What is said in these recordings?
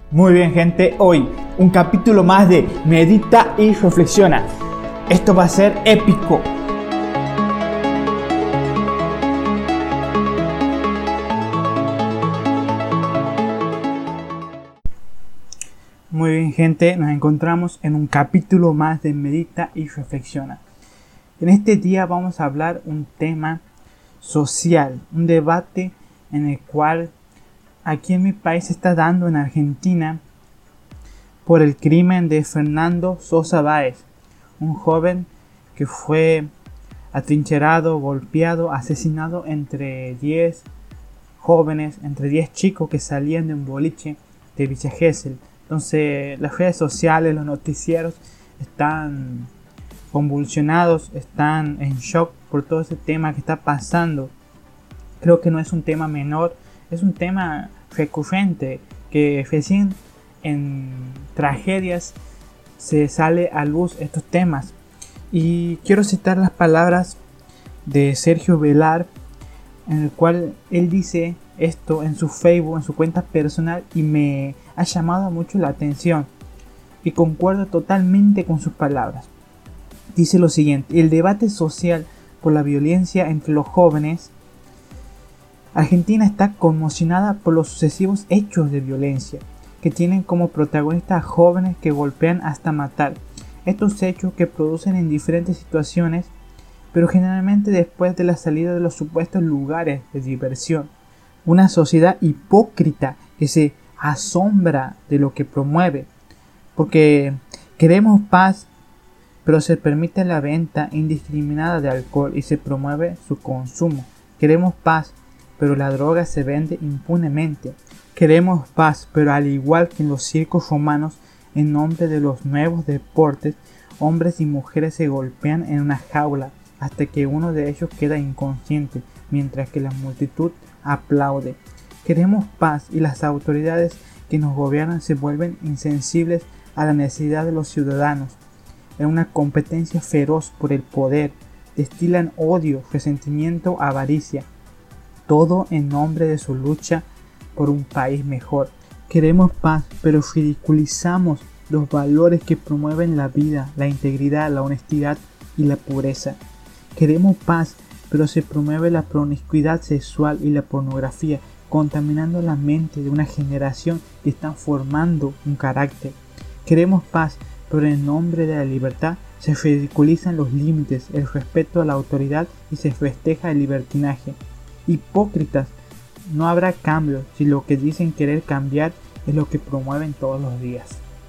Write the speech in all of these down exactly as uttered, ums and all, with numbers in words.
Muy bien, gente, hoy un capítulo más de Medita y Reflexiona. Esto va a ser épico. Muy bien, gente, nos encontramos en un capítulo más de Medita y Reflexiona. En este día vamos a hablar un tema social, un debate en el cual aquí en mi país se está dando en Argentina por el crimen de Fernando Sosa Báez, un joven que fue atrincherado, golpeado, asesinado entre diez jóvenes, entre diez chicos que salían de un boliche de Villa Gesell. Entonces las redes sociales, los noticieros están convulsionados, están en shock por todo ese tema que está pasando. Creo que no es un tema menor, es un tema recurrente que recién en tragedias se sale a luz estos temas. Y quiero citar las palabras de Sergio Velar, en el cual él dice esto en su Facebook, en su cuenta personal, y me ha llamado mucho la atención y concuerdo totalmente con sus palabras. Dice lo siguiente: el debate social por la violencia entre los jóvenes. Argentina está conmocionada por los sucesivos hechos de violencia que tienen como protagonistas a jóvenes que golpean hasta matar. Estos hechos que producen en diferentes situaciones, pero generalmente después de la salida de los supuestos lugares de diversión. Una sociedad hipócrita que se asombra de lo que promueve, porque queremos paz, pero se permite la venta indiscriminada de alcohol y se promueve su consumo. Queremos paz, pero la droga se vende impunemente. Queremos paz, pero al igual que en los circos romanos, en nombre de los nuevos deportes, hombres y mujeres se golpean en una jaula hasta que uno de ellos queda inconsciente, mientras que la multitud aplaude. Queremos paz y las autoridades que nos gobiernan se vuelven insensibles a la necesidad de los ciudadanos. En una competencia feroz por el poder, destilan odio, resentimiento, avaricia, todo en nombre de su lucha por un país mejor. Queremos paz, pero ridiculizamos los valores que promueven la vida, la integridad, la honestidad y la pureza. Queremos paz, pero se promueve la promiscuidad sexual y la pornografía, contaminando la mente de una generación que está formando un carácter. Queremos paz, pero en nombre de la libertad se ridiculizan los límites, el respeto a la autoridad y se festeja el libertinaje. Hipócritas, no habrá cambio si lo que dicen querer cambiar es lo que promueven todos los días.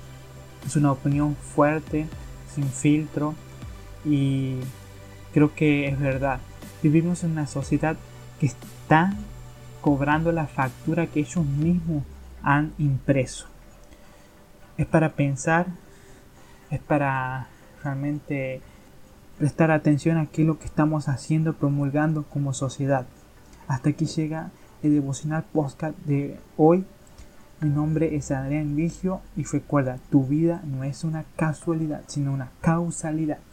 Es una opinión fuerte, sin filtro, y creo que es verdad. Vivimos en una sociedad que está cobrando la factura que ellos mismos han impreso. Es para pensar, es para realmente prestar atención a qué es lo que estamos haciendo, promulgando como sociedad. Hasta aquí llega el devocional podcast de hoy. Mi nombre es Adrián Vigio y recuerda, tu vida no es una casualidad, sino una causalidad.